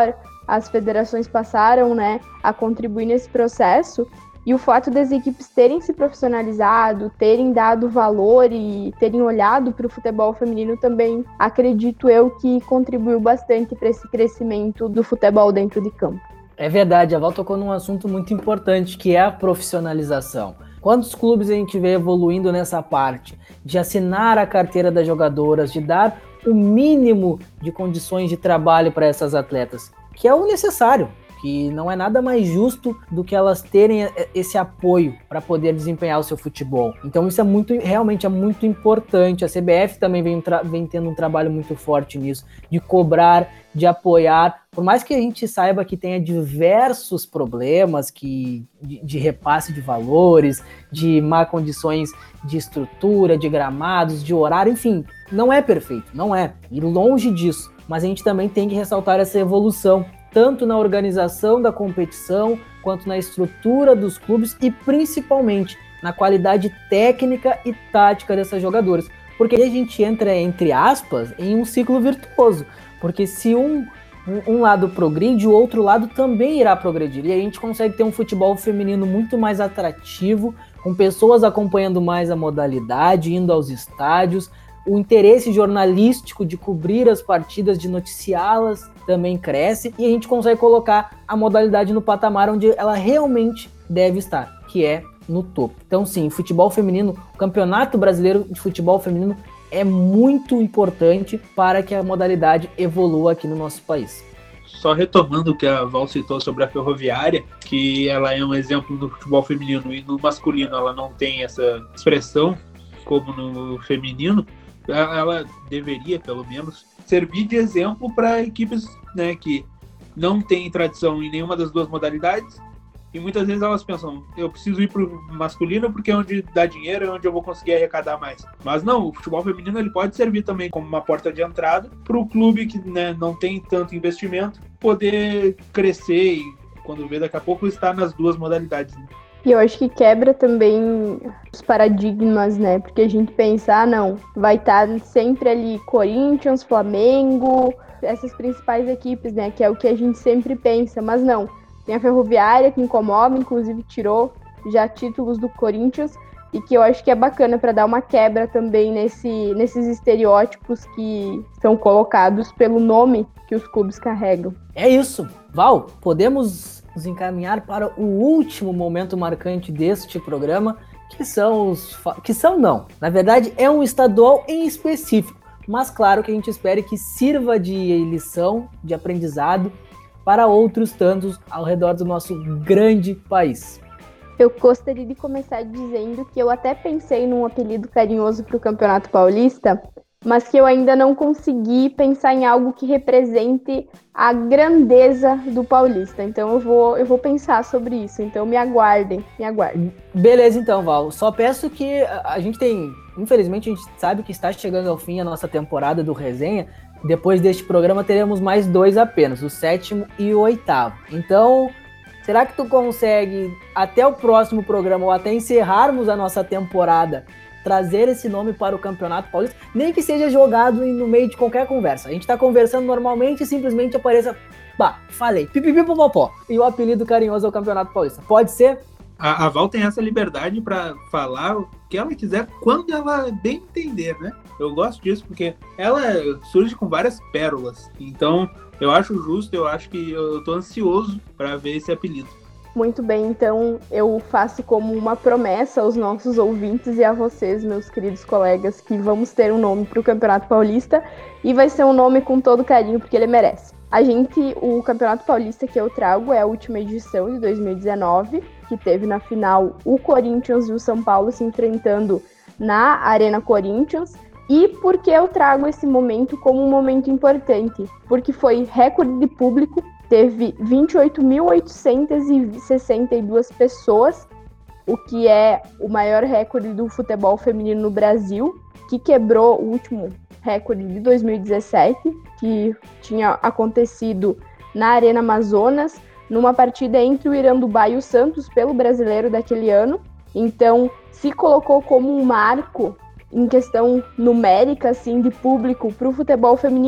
as federações passaram, né, a contribuir nesse processo, e o fato das equipes terem se profissionalizado, terem dado valor e terem olhado para o futebol feminino também, acredito eu, que contribuiu bastante para esse crescimento do futebol dentro de campo. É verdade, a Val tocou num assunto muito importante, que é a profissionalização. Quantos clubes a gente vê evoluindo nessa parte, de assinar a carteira das jogadoras, de dar o mínimo de condições de trabalho para essas atletas, que é o necessário, que não é nada mais justo do que elas terem esse apoio para poder desempenhar o seu futebol. Então isso é muito, realmente é muito importante. A C B F também vem, tra- vem tendo um trabalho muito forte nisso, de cobrar, de apoiar, por mais que a gente saiba que tenha diversos problemas que, de, de repasse de valores, de má condições de estrutura, de gramados, de horário, enfim, não é perfeito, não é, e longe disso, mas a gente também tem que ressaltar essa evolução, tanto na organização da competição, quanto na estrutura dos clubes e principalmente na qualidade técnica e tática dessas jogadoras, porque aí a gente entra, entre aspas, em um ciclo virtuoso, porque se um, um, um lado progride, o outro lado também irá progredir, e aí a gente consegue ter um futebol feminino muito mais atrativo, com pessoas acompanhando mais a modalidade, indo aos estádios, o interesse jornalístico de cobrir as partidas, de noticiá-las, também cresce, e a gente consegue colocar a modalidade no patamar onde ela realmente deve estar, que é no topo. Então sim, o futebol feminino, o Campeonato Brasileiro de Futebol Feminino é muito importante para que a modalidade evolua aqui no nosso país. Só retomando o que a Val citou sobre a Ferroviária, que ela é um exemplo do futebol feminino e no masculino ela não tem essa expressão como no feminino, ela deveria, pelo menos, servir de exemplo para equipes, né, que não têm tradição em nenhuma das duas modalidades, e muitas vezes elas pensam, eu preciso ir para o masculino porque é onde dá dinheiro, é onde eu vou conseguir arrecadar mais. Mas não, o futebol feminino ele pode servir também como uma porta de entrada para o clube que, né, não tem tanto investimento poder crescer e, quando vê, daqui a pouco estar nas duas modalidades, né? E eu acho que quebra também os paradigmas, né? Porque a gente pensa, ah, não, vai estar sempre ali Corinthians, Flamengo, essas principais equipes, né? Que é o que a gente sempre pensa, mas não. Tem a Ferroviária, que incomoda, inclusive tirou já títulos do Corinthians, e que eu acho que é bacana para dar uma quebra também nesse, nesses estereótipos que são colocados pelo nome que os clubes carregam. É isso. Val, podemos nos encaminhar para o último momento marcante deste programa, que são os... Fa- que são não, na verdade é um estadual em específico, mas claro que a gente espera que sirva de lição, de aprendizado para outros tantos ao redor do nosso grande país. Eu gostaria de começar dizendo que eu até pensei num apelido carinhoso para o Campeonato Paulista, mas que eu ainda não consegui pensar em algo que represente a grandeza do Paulista. Então eu vou, eu vou pensar sobre isso. Então me aguardem, me aguardem. Beleza então, Val. Só peço que a, a gente tem... Infelizmente a gente sabe que está chegando ao fim a nossa temporada do Resenha. Depois deste programa teremos mais dois apenas, o sétimo e o oitavo. Então, será que tu consegue, até o próximo programa, ou até encerrarmos a nossa temporada, trazer esse nome para o Campeonato Paulista? Nem que seja jogado no meio de qualquer conversa. A gente tá conversando normalmente e simplesmente apareça, bah, falei, pipipipopopó, e o apelido carinhoso é o Campeonato Paulista. Pode ser? A, a Val tem essa liberdade para falar o que ela quiser, quando ela bem entender, né? Eu gosto disso porque ela surge com várias pérolas. Então, eu acho justo, eu acho que eu tô ansioso para ver esse apelido. Muito bem, então eu faço como uma promessa aos nossos ouvintes e a vocês, meus queridos colegas, que vamos ter um nome para o Campeonato Paulista, e vai ser um nome com todo carinho, porque ele merece. A gente, o Campeonato Paulista que eu trago é a última edição de dois mil e dezenove, que teve na final o Corinthians e o São Paulo se enfrentando na Arena Corinthians. E por que eu trago esse momento como um momento importante? Porque foi recorde de público, teve vinte e oito mil oitocentas e sessenta e duas pessoas, o que é o maior recorde do futebol feminino no Brasil, que quebrou o último recorde de dois mil e dezessete, que tinha acontecido na Arena Amazonas, numa partida entre o Iranduba e o Santos pelo Brasileiro daquele ano. Então, se colocou como um marco em questão numérica, assim, de público para o futebol feminino,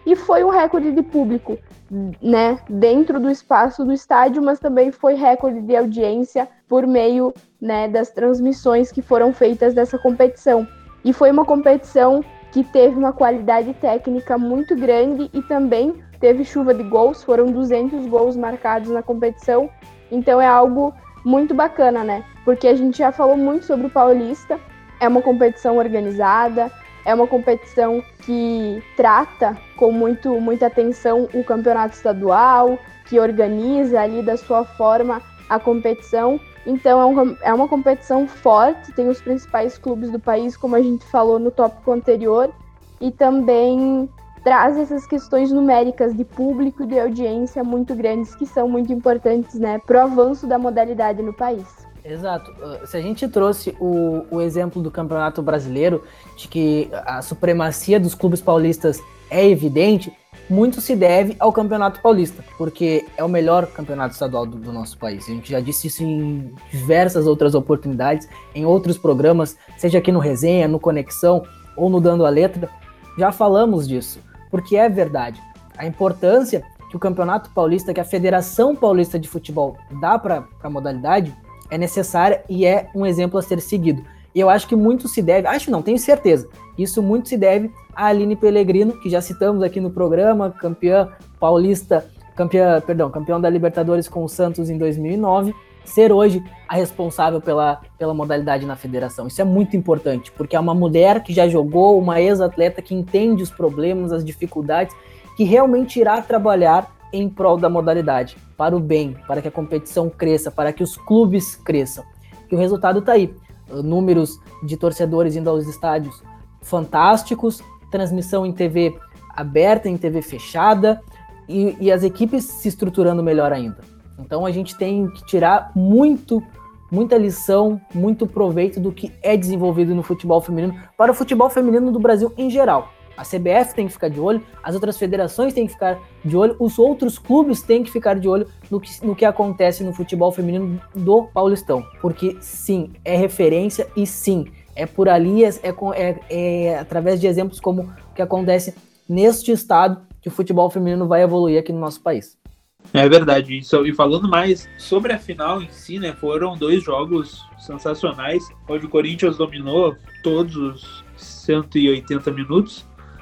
e foi um recorde de público, né, dentro do espaço do estádio, mas também foi recorde de audiência por meio, né, das transmissões que foram feitas dessa competição. E foi uma competição que teve uma qualidade técnica muito grande e também teve chuva de gols, foram duzentos gols marcados na competição, então é algo muito bacana, né? Porque a gente já falou muito sobre o Paulista, é uma competição organizada, é uma competição que trata com muito, muita atenção o campeonato estadual, que organiza ali da sua forma a competição. Então é, um, é uma competição forte, tem os principais clubes do país, como a gente falou no tópico anterior, e também traz essas questões numéricas de público e de audiência muito grandes, que são muito importantes, né, para o avanço da modalidade no país. Exato. Se a gente trouxe o, o exemplo do Campeonato Brasileiro, de que a supremacia dos clubes paulistas é evidente, muito se deve ao Campeonato Paulista, porque é o melhor campeonato estadual do, do nosso país. A gente já disse isso em diversas outras oportunidades, em outros programas, seja aqui no Resenha, no Conexão ou no Dando a Letra, já falamos disso, porque é verdade. A importância que o Campeonato Paulista, que a Federação Paulista de Futebol dá para a modalidade, é necessária e é um exemplo a ser seguido. E eu acho que muito se deve, acho não, tenho certeza, isso muito se deve a Aline Pellegrino, que já citamos aqui no programa, campeã paulista, campeã, perdão, campeão da Libertadores com o Santos em dois mil e nove, ser hoje a responsável pela, pela modalidade na federação. Isso é muito importante, porque é uma mulher que já jogou, uma ex-atleta que entende os problemas, as dificuldades, que realmente irá trabalhar em prol da modalidade, para o bem, para que a competição cresça, para que os clubes cresçam. E o resultado está aí. Números de torcedores indo aos estádios fantásticos, transmissão em T V aberta, em T V fechada, e, e as equipes se estruturando melhor ainda. Então a gente tem que tirar muito, muita lição, muito proveito do que é desenvolvido no futebol feminino, para o futebol feminino do Brasil em geral. A C B F tem que ficar de olho, as outras federações têm que ficar de olho, os outros clubes têm que ficar de olho no que, no que acontece no futebol feminino do Paulistão. Porque sim, é referência e sim, é por ali, é, é, é através de exemplos como o que acontece neste estado que o futebol feminino vai evoluir aqui no nosso país. É verdade, isso, e falando mais sobre a final em si, né, foram dois jogos sensacionais, onde o Corinthians dominou todos os cento e oitenta minutos.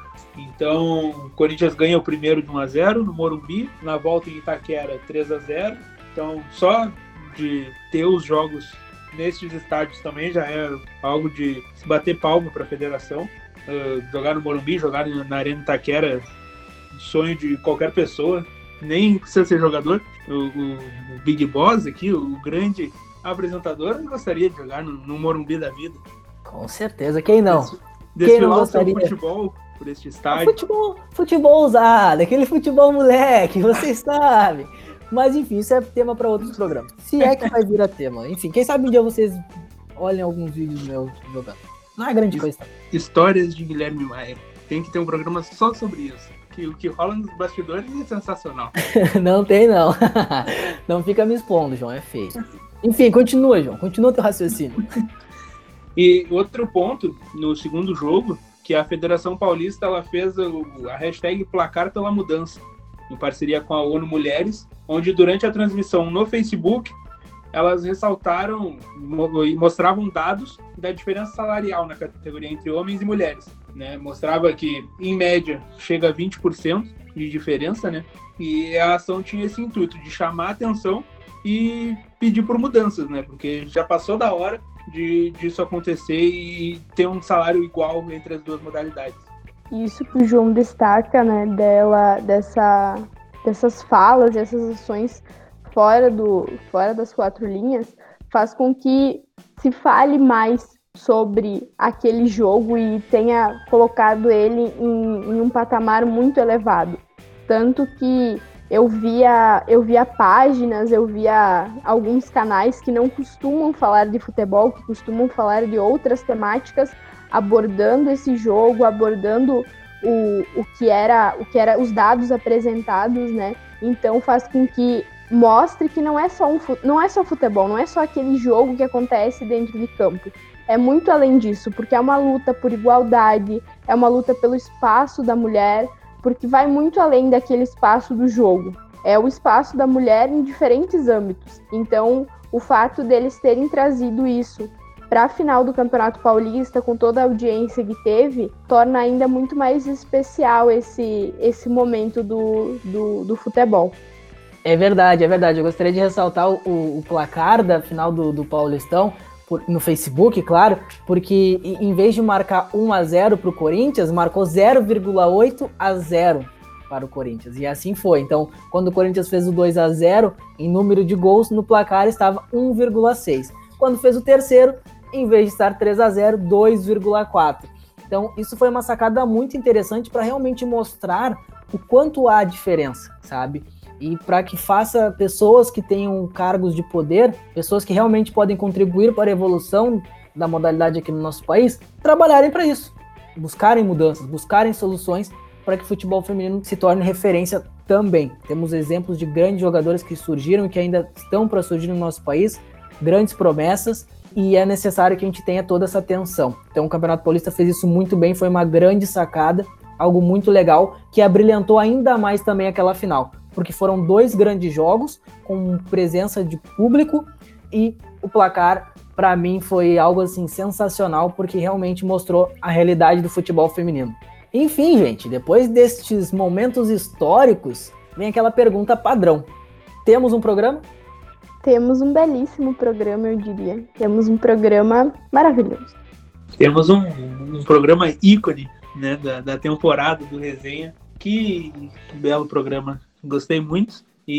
Então, o Corinthians ganha o primeiro de um a zero no Morumbi, na volta em Itaquera três a zero. Então, só de ter os jogos nesses estádios também já é algo de se bater palma para a federação. Uh, jogar no Morumbi, jogar na Arena Itaquera, sonho de qualquer pessoa, nem precisa ser jogador. O, o, o Big Boss aqui, o grande apresentador, gostaria de jogar no, no Morumbi da vida. Com certeza, quem não? Des, quem não o seu gostaria? futebol por este estádio. Futebol, futebol ousado, aquele futebol moleque, vocês sabem. Mas enfim, isso é tema para outros programas. Se é que vai vir a tema. Enfim, quem sabe um dia vocês olhem alguns vídeos meus jogando. Não é grande coisa. Histórias de Guilherme Maia. Tem que ter um programa só sobre isso. Que o que rola nos bastidores é sensacional. Não tem, não. Não fica me expondo, João, é feio. Enfim, continua, João. Continua teu raciocínio. E outro ponto, no segundo jogo, que a Federação Paulista ela fez a hashtag Placar pela Mudança, em parceria com a ONU Mulheres, onde durante a transmissão no Facebook, elas ressaltaram e mostravam dados da diferença salarial na categoria entre homens e mulheres. Né? Mostrava que, em média, chega a vinte por cento de diferença, né? E a ação tinha esse intuito de chamar a atenção e pedir por mudanças, né? Porque já passou da hora de disso acontecer e ter um salário igual entre as duas modalidades. Isso que o João destaca, né, dela, dessa, dessas falas e essas ações fora, do, fora das quatro linhas, faz com que se fale mais sobre aquele jogo e tenha colocado ele em, em um patamar muito elevado. Tanto que eu via, eu via páginas, eu via alguns canais que não costumam falar de futebol, que costumam falar de outras temáticas, abordando esse jogo, abordando o, o, que era, o que era os dados apresentados, né? Então faz com que mostre que não é só um, não é só futebol, não é só aquele jogo que acontece dentro de campo. É muito além disso, porque é uma luta por igualdade, é uma luta pelo espaço da mulher, porque vai muito além daquele espaço do jogo. É o espaço da mulher em diferentes âmbitos. Então, o fato deles terem trazido isso para a final do Campeonato Paulista, com toda a audiência que teve, torna ainda muito mais especial esse, esse momento do, do, do futebol. É verdade, é verdade. Eu gostaria de ressaltar o, o placar da final do, do Paulistão, por, no Facebook, claro, porque em vez de marcar um a zero para o Corinthians, marcou zero vírgula oito a zero para o Corinthians. E assim foi. Então, quando o Corinthians fez o dois a zero, em número de gols, no placar estava um vírgula seis. Quando fez o terceiro, em vez de estar três a zero, dois vírgula quatro. Então, isso foi uma sacada muito interessante para realmente mostrar o quanto há diferença, sabe? E para que faça pessoas que tenham cargos de poder, pessoas que realmente podem contribuir para a evolução da modalidade aqui no nosso país, trabalharem para isso, buscarem mudanças, buscarem soluções para que o futebol feminino se torne referência também. Temos exemplos de grandes jogadores que surgiram e que ainda estão para surgir no nosso país, grandes promessas, e é necessário que a gente tenha toda essa atenção. Então o Campeonato Paulista fez isso muito bem, foi uma grande sacada, algo muito legal, que abrilhantou ainda mais também aquela final, porque foram dois grandes jogos, com presença de público, e o placar, para mim, foi algo assim sensacional, porque realmente mostrou a realidade do futebol feminino. Enfim, gente, depois destes momentos históricos, vem aquela pergunta padrão. Temos um programa? Temos um belíssimo programa, eu diria. Temos um programa maravilhoso. Temos um, um programa ícone, né, da, da temporada do Resenha. Que belo programa. Gostei muito.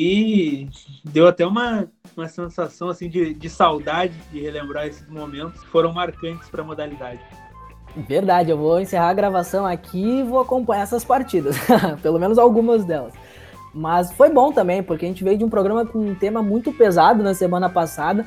E deu até uma, uma sensação assim, de, de saudade de relembrar esses momentos que foram marcantes para a modalidade. Verdade, eu vou encerrar a gravação aqui e vou acompanhar essas partidas. Pelo menos algumas delas. Mas foi bom também, porque a gente veio de um programa com um tema muito pesado na semana passada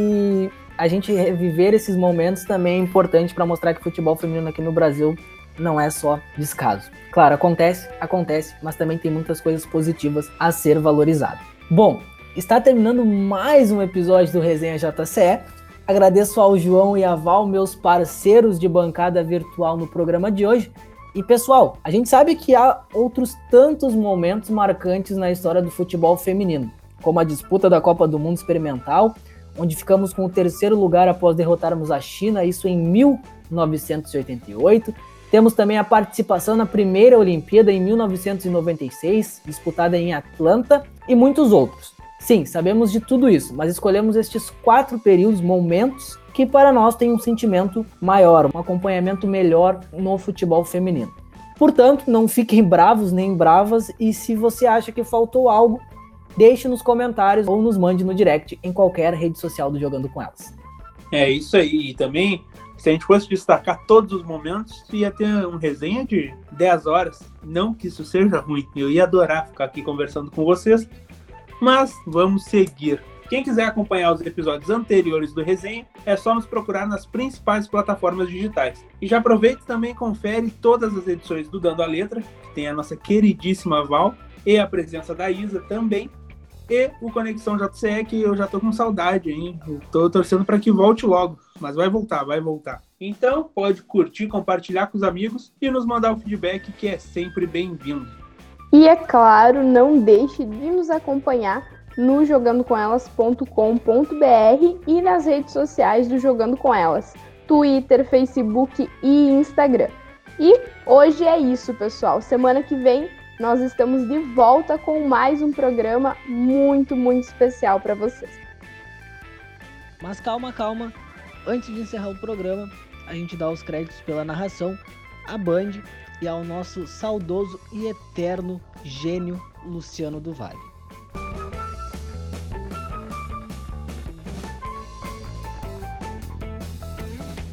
e a gente reviver esses momentos também é importante para mostrar que o futebol feminino aqui no Brasil não é só descaso. Claro, acontece, acontece, mas também tem muitas coisas positivas a ser valorizado. Bom, está terminando mais um episódio do Resenha J C E. Agradeço ao João e à Val, meus parceiros de bancada virtual no programa de hoje. E pessoal, a gente sabe que há outros tantos momentos marcantes na história do futebol feminino, como a disputa da Copa do Mundo Experimental, onde ficamos com o terceiro lugar após derrotarmos a China, isso em mil novecentos e oitenta e oito. Temos também a participação na primeira Olimpíada em mil novecentos e noventa e seis, disputada em Atlanta, e muitos outros. Sim, sabemos de tudo isso, mas escolhemos estes quatro períodos, momentos, que para nós tem um sentimento maior, um acompanhamento melhor no futebol feminino. Portanto, não fiquem bravos nem bravas, e se você acha que faltou algo, deixe nos comentários ou nos mande no direct em qualquer rede social do Jogando Com Elas. É isso aí, e também, se a gente fosse destacar todos os momentos, ia ter um resenha de dez horas. Não que isso seja ruim, eu ia adorar ficar aqui conversando com vocês, mas vamos seguir. Quem quiser acompanhar os episódios anteriores do Resenha, é só nos procurar nas principais plataformas digitais. E já aproveita e também confere todas as edições do Dando a Letra, que tem a nossa queridíssima Val, e a presença da Isa também, e o Conexão J C E, que eu já tô com saudade, hein? Eu tô torcendo para que volte logo, mas vai voltar, vai voltar. Então, pode curtir, compartilhar com os amigos e nos mandar o feedback, que é sempre bem-vindo. E é claro, não deixe de nos acompanhar no jogando com elas ponto com ponto b r e nas redes sociais do Jogando Com Elas, Twitter, Facebook e Instagram. E hoje é isso, pessoal. Semana que vem nós estamos de volta com mais um programa muito, muito especial para vocês. Mas calma, calma. Antes de encerrar o programa, a gente dá os créditos pela narração à Band e ao nosso saudoso e eterno gênio Luciano do Vale.